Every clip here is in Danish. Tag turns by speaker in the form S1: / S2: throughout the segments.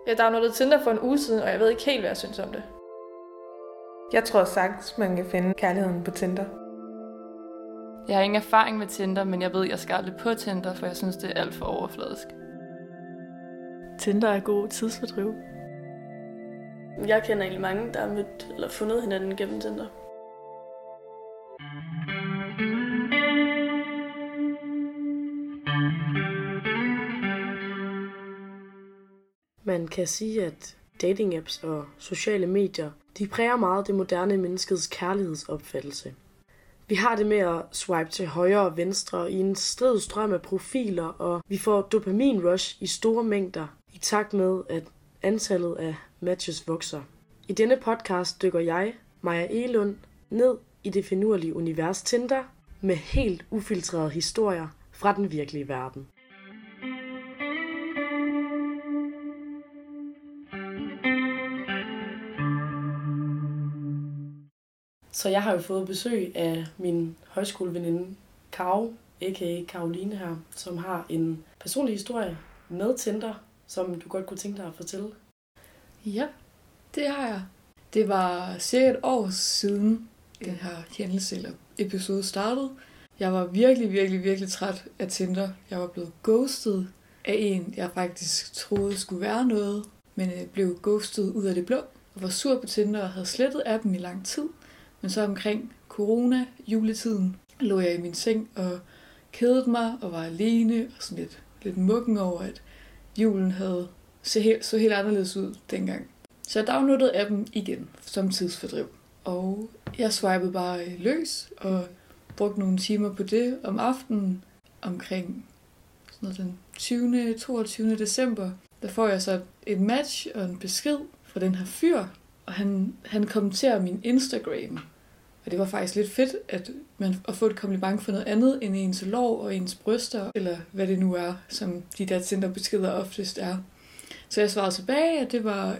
S1: Jeg downloadede Tinder for en uge siden, og jeg ved ikke helt, hvad jeg synes om det.
S2: Jeg tror sagtens, man kan finde kærligheden på Tinder.
S3: Jeg har ingen erfaring med Tinder, men jeg ved, at jeg skal aldrig på Tinder, for jeg synes, det er alt for overfladisk.
S4: Tinder er god tidsfordriv.
S5: Jeg kender egentlig mange, der har mødt eller fundet hinanden gennem Tinder.
S6: Man kan sige, at dating-apps og sociale medier, de præger meget det moderne menneskets kærlighedsopfattelse. Vi har det med at swipe til højre og venstre i en strid strøm af profiler, og vi får dopamin-rush i store mængder, i takt med, at antallet af matches vokser. I denne podcast dykker jeg, Maja Egelund, ned i det finurlige univers Tinder med helt ufiltrerede historier fra den virkelige verden. Så jeg har jo fået besøg af min højskoleveninde Karo, a.k.a. Karoline her, som har en personlig historie med Tinder, som du godt kunne tænke dig at fortælle.
S7: Ja, det har jeg. Det var cirka et år siden, den her hændelse eller episode startede. Jeg var virkelig træt af Tinder. Jeg var blevet ghostet af en, jeg faktisk troede skulle være noget, men blev ghostet ud af det blå. Jeg var sur på Tinder og havde slettet appen i lang tid. Men så omkring corona, juletiden, lå jeg i min seng og kedede mig og var alene og sådan lidt muggen over, at julen havde så helt anderledes ud dengang. Så jeg downloadede appen igen som tidsfordriv. Og jeg swipede bare løs og brugte nogle timer på det om aftenen omkring den 22. december. Der får jeg så et match og en besked fra den her fyr, og han kommenterer min Instagram. Og det var faktisk lidt fedt, at få et kompliment for noget andet end ens lår og ens bryster, eller hvad det nu er, som de der Tinder-beskeder oftest er. Så jeg svarede tilbage, at det var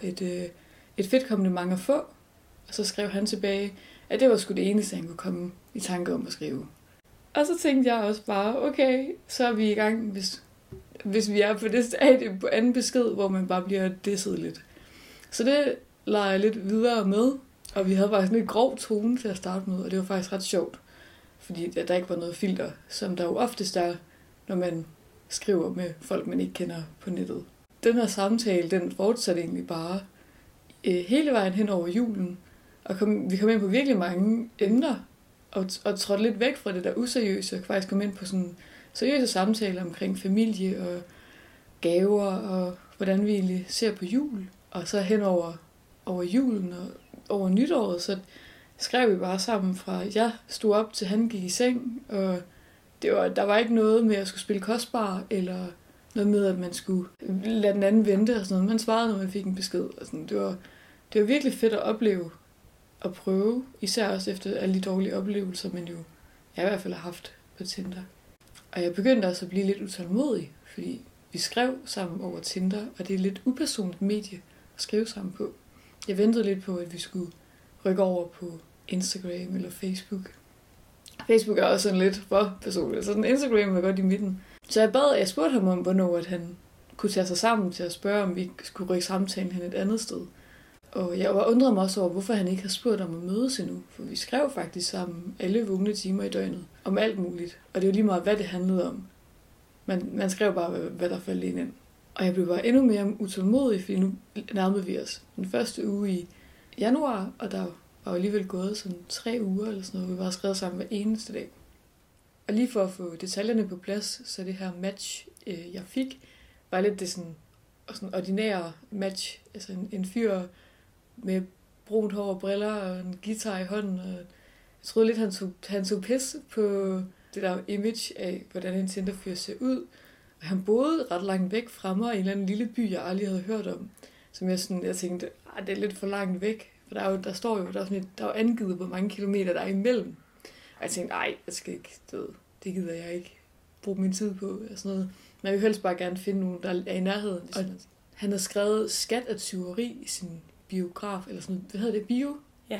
S7: et fedt kompliment at få, og så skrev han tilbage, at det var sgu det eneste, han kunne komme i tanke om at skrive. Og så tænkte jeg også bare, okay, så er vi i gang, hvis vi er på det stadie på anden besked, hvor man bare bliver disset lidt. Så det legede jeg lidt videre med, og vi havde faktisk en lidt grov tone til at starte med, og det var faktisk ret sjovt, fordi der ikke var noget filter, som der jo oftest er, når man skriver med folk, man ikke kender på nettet. Den her samtale, den fortsatte egentlig bare hele vejen hen over julen, og vi kom ind på virkelig mange emner, og trådte lidt væk fra det der useriøse, og faktisk kom ind på sådan seriøse samtaler omkring familie og gaver, og hvordan vi egentlig ser på jul. Og så hen over julen og over nytåret, så skrev vi bare sammen fra, jeg stod op til han gik i seng, og der var ikke noget med at skulle spille kostbar, eller noget med, at man skulle lade den anden vente og sådan noget. Man svarede, når man fik en besked. Og sådan. Det var virkelig fedt at opleve og prøve, især også efter alle de dårlige oplevelser, man jo jeg i hvert fald har haft på Tinder. Og jeg begyndte også at blive lidt utålmodig, fordi vi skrev sammen over Tinder, og det er et lidt upersonligt medie at skrive sammen på. Jeg ventede lidt på, at vi skulle rykke over på Instagram eller Facebook. Facebook er også sådan lidt for personligt, så den Instagram var godt i midten. Så jeg spurgte ham om, hvornår at han kunne tage sig sammen til at spørge, om vi skulle rykke samtalen hen et andet sted. Og jeg undrede mig også over, hvorfor han ikke har spurgt om at mødes endnu. For vi skrev faktisk sammen alle vågne timer i døgnet om alt muligt. Og det er jo lige meget, hvad det handlede om. Man skrev bare, hvad der faldt ind. Og jeg blev bare endnu mere utålmodig, fordi nu nærmede vi os den første uge i januar, og der var jo alligevel gået sådan 3 uger eller sådan noget, vi var skrevet sammen hver eneste dag. Og lige for at få detaljerne på plads, så det her match, jeg fik, var lidt det sådan ordinære match. Altså en fyr med brunt hår og briller og en guitar i hånden. Og jeg troede lidt, han tog pis på det der image af, hvordan en Tinder-fyr ser ud. Og han boede ret langt væk fra mig i en eller anden lille by, jeg aldrig havde hørt om. Som jeg tænkte, det er lidt for langt væk. For der er jo angivet, hvor mange kilometer der er imellem. Og jeg tænkte, jeg skal ikke, det gider jeg ikke bruge min tid på. Og sådan noget. Men jeg vil helst bare gerne finde nogen, der er i nærheden. Og han har skrevet skat af tyveri i sin biograf, eller sådan noget. Hvad hedder det? Bio?
S5: Ja.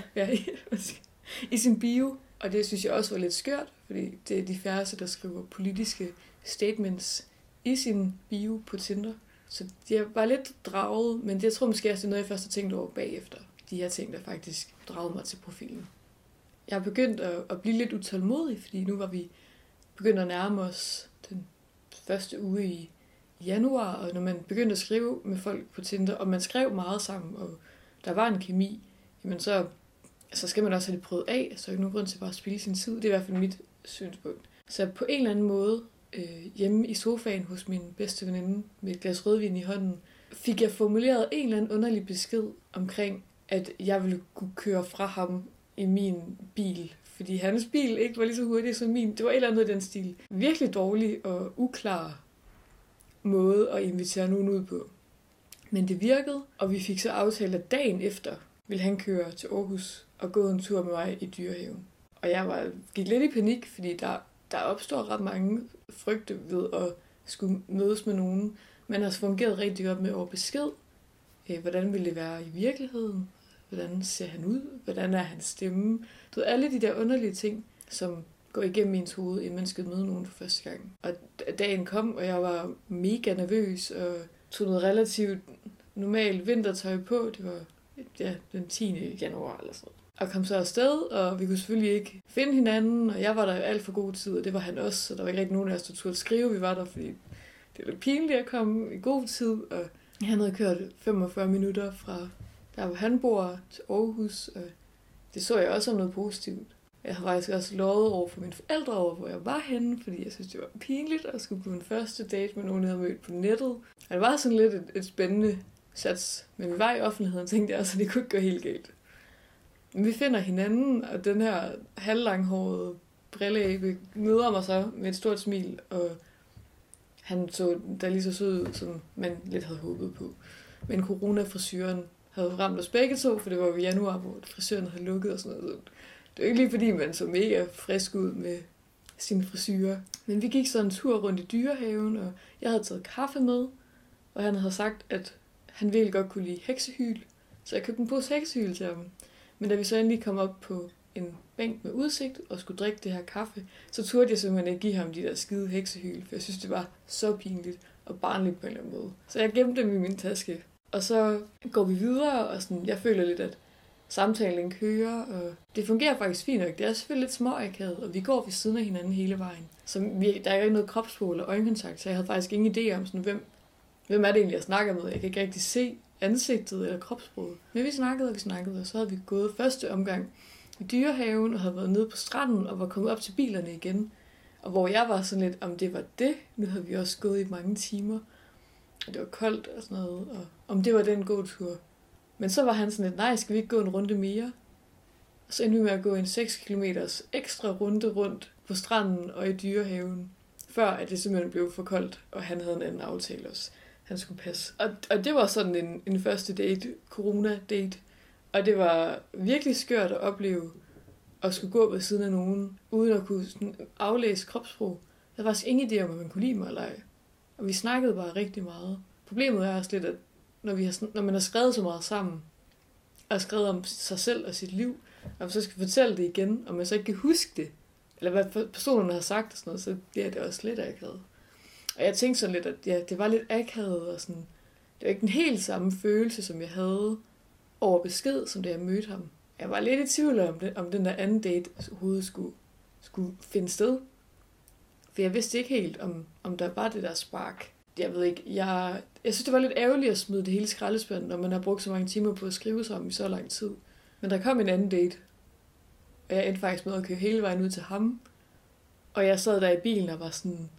S7: I sin bio. Og det synes jeg også var lidt skørt, fordi det er de færreste, der skriver politiske statements i sin bio på Tinder. Så jeg var lidt draget, men det jeg tror måske også, det er noget, jeg først har tænkt over bagefter. De her ting, der faktisk dragede mig til profilen. Jeg har begyndt at blive lidt utålmodig, fordi nu var vi begyndt at nærme os den første uge i januar, og når man begyndte at skrive med folk på Tinder, og man skrev meget sammen, og der var en kemi, jamen så skal man også have det prøvet af, så er ikke nogen grund til bare at spilde sin tid. Det er i hvert fald mit synspunkt. Så på en eller anden måde, hjemme i sofaen hos min bedste veninde, med et glas rødvin i hånden, fik jeg formuleret en eller anden underlig besked omkring, at jeg ville kunne køre fra ham i min bil, fordi hans bil ikke var lige så hurtig som min. Det var et eller andet i den stil. Virkelig dårlig og uklar måde at invitere nogen ud på. Men det virkede, og vi fik så aftalt, at dagen efter ville han køre til Aarhus og gå en tur med mig i Dyrehaven. Og jeg gik lidt i panik, fordi der opstår ret mange frygte ved at skulle mødes med nogen. Man har fungeret rigtig godt med at besked. Hvordan vil det være i virkeligheden? Hvordan ser han ud? Hvordan er hans stemme? Du ved, alle de der underlige ting, som går igennem ens hoved, inden man skal møde nogen for første gang. Og dagen kom, og jeg var mega nervøs og tog noget relativt normalt vintertøj på. Det var den 10. januar eller sådan noget. Og kom så afsted, og vi kunne selvfølgelig ikke finde hinanden, og jeg var der jo alt for god tid, og det var han også, så der var ikke rigtig nogen af os, der turde skrive. Vi var der, fordi det var lidt pinligt at komme i god tid, og han havde kørt 45 minutter fra der, hvor han bor, til Aarhus, og det så jeg også som noget positivt. Jeg har faktisk også lovet over for mine forældre over, hvor jeg var henne, fordi jeg synes, det var pinligt at skulle på en første date med nogen, jeg havde mødt på nettet. Og det var sådan lidt et spændende sats, men vi var i offentligheden, tænkte jeg, så det kunne ikke gå helt galt. Men vi finder hinanden, og den her halvlanghårede brilleæbe møder mig så med et stort smil, og han så der lige så sød ud, som man lidt havde håbet på. Men coronafrisøren havde ramt os begge to, for det var jo i januar, hvor frisøren havde lukket og sådan noget. Det var ikke lige fordi, man så mega frisk ud med sine frisyrer. Men vi gik så en tur rundt i Dyrehaven, og jeg havde taget kaffe med, og han havde sagt, at han ville godt kunne lide heksehyl, så jeg købte en pose heksehyl til ham. Men da vi så endelig kom op på en bænk med udsigt og skulle drikke det her kaffe, så turde jeg simpelthen ikke give ham de der skide heksehyl, for jeg synes, det var så pinligt og barnligt på en eller anden måde. Så jeg gemte dem i min taske. Og så går vi videre, og sådan, jeg føler lidt, at samtalen kører, og det fungerer faktisk fint nok. Det er selvfølgelig lidt småakavet, og vi går ved siden af hinanden hele vejen. Så der er ikke noget kropssprog eller øjenkontakt, så jeg havde faktisk ingen idé om, sådan, hvem er det egentlig, jeg snakker med. Jeg kan ikke rigtig se ansigtet eller kropssproget. Men vi snakkede, og så havde vi gået første omgang i Dyrehaven, og havde været nede på stranden, og var kommet op til bilerne igen. Og hvor jeg var sådan lidt, om det var det, nu havde vi også gået i mange timer, og det var koldt og sådan noget, og om det var den gåtur. Men så var han sådan lidt, nej, skal vi ikke gå en runde mere? Og så endte vi med at gå en 6 kilometers ekstra runde rundt på stranden og i Dyrehaven, før at det simpelthen blev for koldt, og han havde en anden aftale også. Han skulle passe. Og det var sådan en første date, corona-date, og det var virkelig skørt at opleve at skulle gå ved siden af nogen, uden at kunne sådan aflæse kropssprog. Jeg havde faktisk ingen idé om, at man kunne lide mig eller ej. Og vi snakkede bare rigtig meget. Problemet er også lidt, at når man har skrevet så meget sammen, og skrevet om sig selv og sit liv, og man så skal fortælle det igen, og man så ikke kan huske det, eller hvad personerne har sagt og sådan noget, så bliver det også lidt akavet. Og jeg tænkte sådan lidt, at ja, det var lidt akavet, og sådan, det var ikke den helt samme følelse, som jeg havde over besked, som da jeg mødte ham. Jeg var lidt i tvivl om den der anden date overhovedet skulle finde sted. For jeg vidste ikke helt, om der var det der spark. Jeg ved ikke, jeg synes, det var lidt ærgerligt at smide det hele skraldespanden, når man har brugt så mange timer på at skrive sammen i så lang tid. Men der kom en anden date, og jeg endte faktisk med at køre hele vejen ud til ham. Og jeg sad der i bilen og var sådan,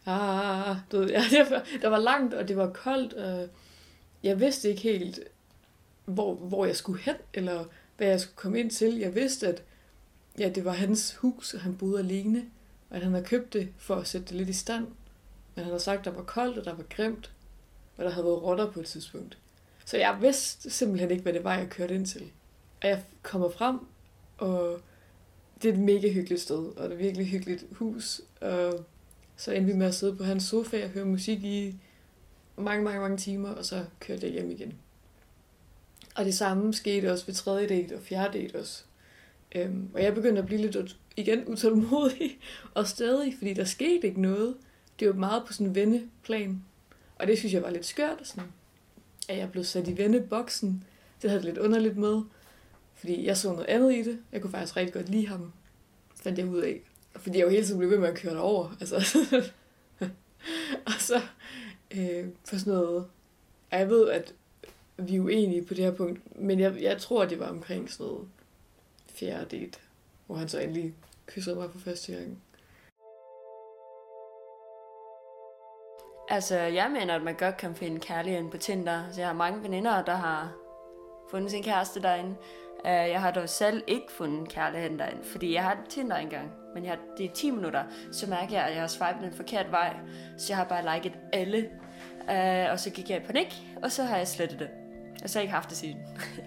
S7: der var langt, og det var koldt, og jeg vidste ikke helt, hvor jeg skulle hen, eller hvad jeg skulle komme ind til. Jeg vidste, at ja, det var hans hus, og han boede alene, og at han havde købt det for at sætte det lidt i stand. Men han havde sagt, at der var koldt, og der var grimt, og der havde været rotter på et tidspunkt. Så jeg vidste simpelthen ikke, hvad det var, jeg kørte ind til. Og jeg kommer frem, og det er et mega hyggeligt sted, og det er et virkelig hyggeligt hus. Og så endte vi med at sidde på hans sofa og høre musik i mange timer, og så kørte jeg hjem igen. Og det samme skete også ved 3. date og 4. date også. Og jeg begyndte at blive lidt igen utålmodig og stadig, fordi der skete ikke noget. Det var meget på sådan en venneplan. Og det synes jeg var lidt skørt, sådan, at jeg blev sat i venneboksen. Det havde det lidt underligt med, fordi jeg så noget andet i det. Jeg kunne faktisk rigtig godt lide ham, fandt jeg ud af. Fordi jeg jo hele tiden blev ved med at køre derover. Altså. Og så for sådan noget. Og jeg ved, at vi er uenige på det her punkt, men jeg tror, det var omkring sådan noget 4. date, hvor han så endelig kyssede mig for første gang.
S8: Altså, jeg mener, at man godt kan finde kærligheden på Tinder. Så jeg har mange veninder, der har fundet sin kæreste derinde. Jeg har dog selv ikke fundet kærligheden derinde, fordi jeg har Tinder engang. Men det er 10 minutter, så mærker jeg, at jeg har swipet den forkerte vej. Så jeg har bare liket alle. Og så gik jeg i panik, og så har jeg slettet det. Og så har jeg ikke haft det siden.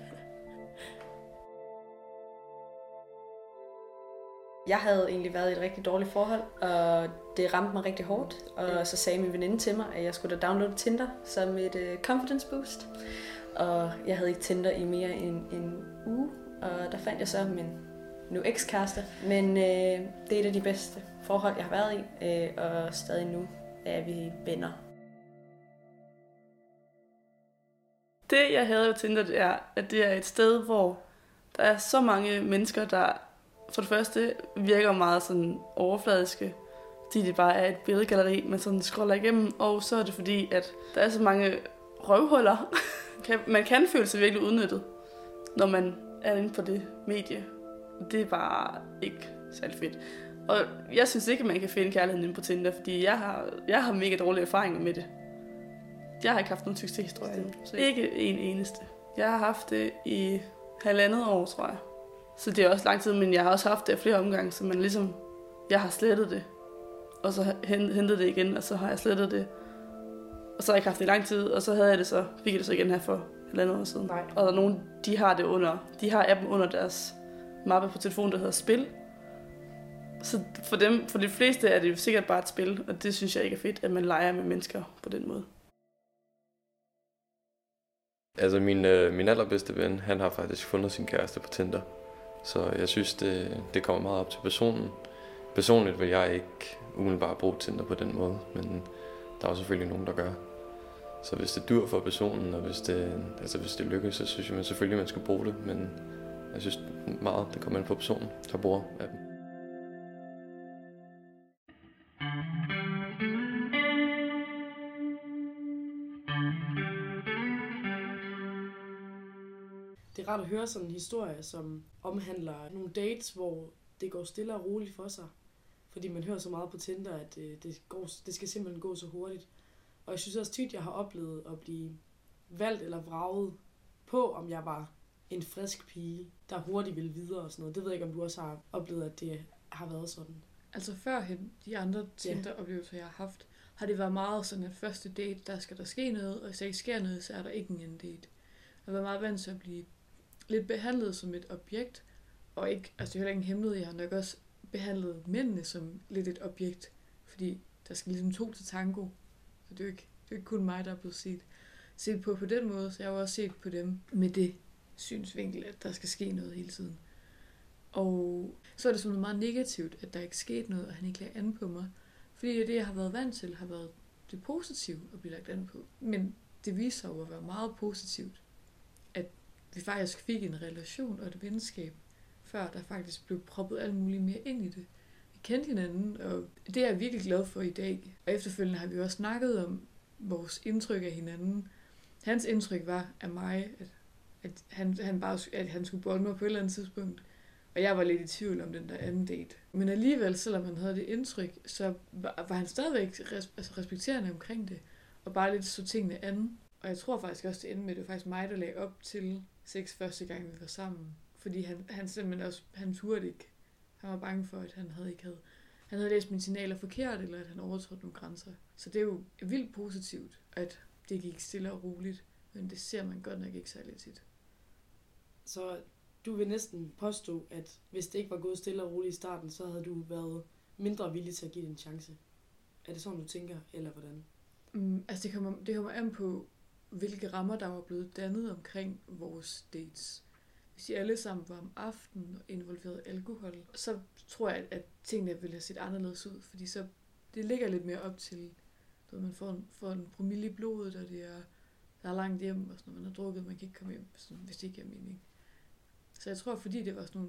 S5: Jeg havde egentlig været i et rigtig dårligt forhold, og det ramte mig rigtig hårdt. Og så sagde min veninde til mig, at jeg skulle da downloade Tinder som et confidence boost. Og jeg havde ikke Tinder i mere end en uge, og der fandt jeg så min nu ekskæreste. Men det er et af de bedste forhold, jeg har været i, og stadig nu er vi venner.
S2: Det, jeg havde ved Tinder, det er, at det er et sted, hvor der er så mange mennesker, der for det første virker meget sådan overfladiske, fordi det bare er et billedgalleri, man sådan scroller igennem, og så er det fordi, at der er så mange røvhuller. Man kan føle sig virkelig udnyttet, når man er inde på det medie. Det er bare ikke særlig fedt. Og jeg synes ikke, at man kan finde kærligheden inde på Tinder, fordi jeg har mega dårlige erfaringer med det. Jeg har ikke haft nogen succeshistorie endnu. Ikke en eneste. Jeg har haft det i 1,5 år, tror jeg. Så det er også lang tid, men jeg har også haft det af flere omgange, så man ligesom, jeg har slettet det, og så hentet det igen, og så har jeg slettet det. Og så har jeg ikke haft det i lang tid, og så fik jeg det så igen her for 1,5 år siden.
S6: Nej.
S2: Og der er nogen, de har appen under deres mappe på telefonen, der hedder Spil. Så for de fleste er det jo sikkert bare et spil, og det synes jeg ikke er fedt, at man leger med mennesker på den måde.
S9: Altså min allerbedste ven, han har faktisk fundet sin kæreste på Tinder. Så jeg synes, det kommer meget op til personen. Personligt vil jeg ikke umiddelbart bruge Tinder på den måde, men der er jo selvfølgelig nogen, der gør. Så hvis det dur for personen, og hvis det lykkes, så synes jeg selvfølgelig, man skal bruge det. Men jeg synes meget, det kommer ind på personen, der bruger appen.
S6: Det er rart at høre sådan en historie, som omhandler nogle dates, hvor det går stille og roligt for sig. Fordi man hører så meget på Tinder, at det skal simpelthen gå så hurtigt. Og jeg synes også tit, jeg har oplevet at blive valgt eller vraget på, om jeg var en frisk pige, der hurtigt ville videre og sådan noget. Det ved jeg ikke, om du også har oplevet, at det har været sådan.
S7: Altså førhen, de andre Tinder-oplevelser, jeg har haft, har det været meget sådan, at første date, der skal der ske noget, og hvis der ikke sker noget, så er der ikke en anden date. Jeg har været meget vant til at blive lidt behandlet som et objekt, og ikke, altså det er heller ingen hemmelighed, jeg har nok også behandlet mændene som lidt et objekt, fordi der skal ligesom 2 til tango, så det er jo ikke kun mig, der er blevet set på den måde, så jeg har også set på dem med det synsvinkel, at der skal ske noget hele tiden. Og så er det sådan noget meget negativt, at der ikke skete noget, og han ikke lagde an på mig, fordi det, jeg har været vant til, har været det positive at blive lagt an på. Men det viser sig jo at være meget positivt, at vi faktisk fik en relation og et venskab, før der faktisk blev proppet alt muligt mere ind i det. Vi kendte hinanden, og det er jeg virkelig glad for i dag. Og efterfølgende har vi også snakket om vores indtryk af hinanden. Hans indtryk var af mig, at han skulle bolle mig på et eller andet tidspunkt. Og jeg var lidt i tvivl om den der anden date. Men alligevel, selvom han havde det indtryk, så var han stadigvæk respekterende omkring det. Og bare lidt så tingene an. Og jeg tror faktisk også, det endte med, at det var faktisk mig, der lagde op til sex første gang, vi var sammen. Fordi han simpelthen også, han turde ikke. Han var bange for, at han havde læst mine signaler forkert, eller at han overtrådte nogle grænser. Så det er jo vildt positivt, at det gik stille og roligt. Men det ser man godt nok ikke særlig tit.
S6: Så du vil næsten påstå, at hvis det ikke var gået stille og roligt i starten, så havde du været mindre villig til at give det en chance. Er det sådan, du tænker, eller hvordan?
S7: Altså det kommer an på, hvilke rammer, der var blevet dannet omkring vores dates. Hvis de alle sammen var om aftenen og involverede alkohol, så tror jeg, at tingene ville have set anderledes ud, fordi så det ligger lidt mere op til man får en promille i blodet, og der er langt hjem, og sådan, når man har drukket, man kan ikke komme hjem, sådan, hvis det ikke giver mening. Så jeg tror, fordi det var sådan nogle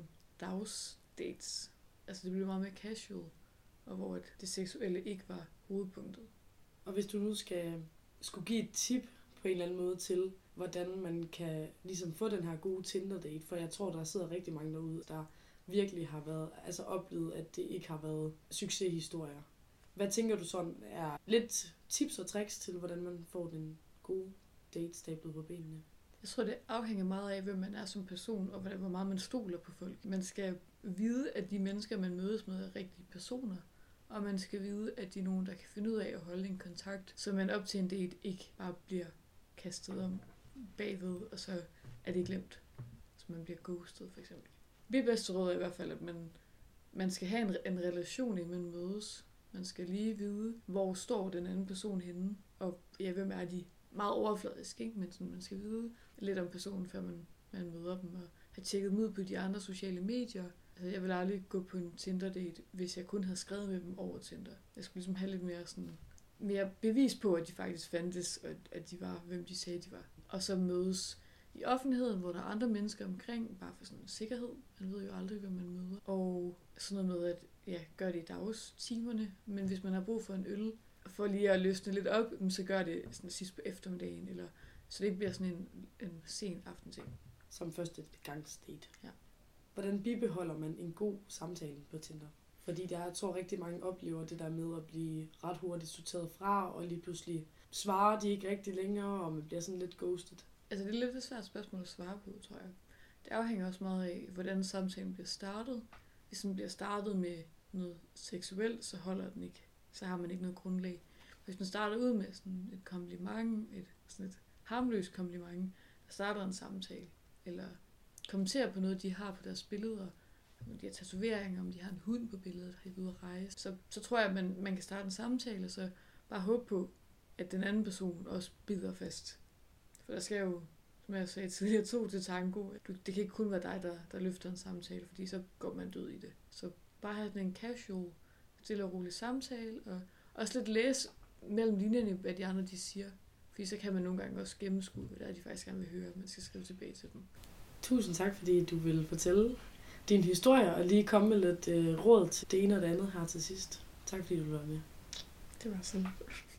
S7: dagsdates, altså det blev meget mere casual, og hvor det seksuelle ikke var hovedpunktet.
S6: Og hvis du nu skulle give et tip på en eller anden måde til, hvordan man kan ligesom få den her gode Tinder-date, for jeg tror, der sidder rigtig mange derude, der virkelig har været, altså oplevet, at det ikke har været succeshistorier. Hvad tænker du sådan er lidt tips og tricks til, hvordan man får den gode date stablet på benene?
S7: Jeg tror, det afhænger meget af, hvem man er som person, og hvor meget man stoler på folk. Man skal vide, at de mennesker, man mødes med, er rigtige personer. Og man skal vide, at de er nogen, der kan finde ud af at holde en kontakt, så man op til en date ikke bare bliver kastet om bagved, og så er det glemt. Så man bliver ghostet, for eksempel. Mit bedste råd er i hvert fald, at man skal have en relation, inden man mødes. Man skal lige vide, hvor står den anden person henne, og ja, hvem er de? Meget overfladisk, ikke? Men sådan, man skal vide lidt om personen, før man møder dem, og have tjekket dem ud på de andre sociale medier. Altså, jeg ville aldrig gå på en Tinder-date, hvis jeg kun havde skrevet med dem over Tinder. Jeg skulle ligesom have lidt mere bevis på, at de faktisk fandtes, og at de var, hvem de sagde, de var. Og så mødes i offentligheden, hvor der er andre mennesker omkring, bare for sådan en sikkerhed. Man ved jo aldrig, hvem man møder. Og sådan noget med, at gør det i dagstimerne, men hvis man har brug for en øl, for lige at løsne lidt op, så gør det sådan sidst på eftermiddagen, eller så det ikke bliver sådan en sen aftenting.
S6: Som første gangsdate.
S7: Ja.
S6: Hvordan bibeholder man en god samtale på Tinder? Fordi jeg tror rigtig mange oplever det der med at blive ret hurtigt sorteret fra, og lige pludselig svarer de ikke rigtig længere, og man bliver sådan lidt ghosted.
S7: Altså det er lidt et svært spørgsmål at svare på, tror jeg. Det afhænger også meget af, hvordan samtalen bliver startet. Hvis den bliver startet med noget seksuelt, så holder den ikke. Så har man ikke noget grundlag. Hvis man starter ud med sådan et kompliment, sådan et harmløst kompliment, der starter en samtale, eller kommenterer på noget, de har på deres billeder, om de har tatoveringer, om de har en hund på billedet, har de ude at rejse, så tror jeg, at man kan starte en samtale, og så bare håbe på, at den anden person også bider fast. For der skal jo, som jeg sagde tidligere, 2 til tango. Det kan ikke kun være dig, der løfter en samtale, fordi så går man død i det. Så bare have sådan en casual, stille og rolig samtale, og også lidt læse mellem linjerne, hvad de andre de siger. Fordi så kan man nogle gange også gennemskue, hvad det er, de faktisk gerne vil høre, man skal skrive tilbage til dem.
S6: Tusind tak, fordi du ville fortælle din historie, og lige komme med lidt råd til det ene og det andet her til sidst. Tak fordi du var med.
S4: Det var sådan.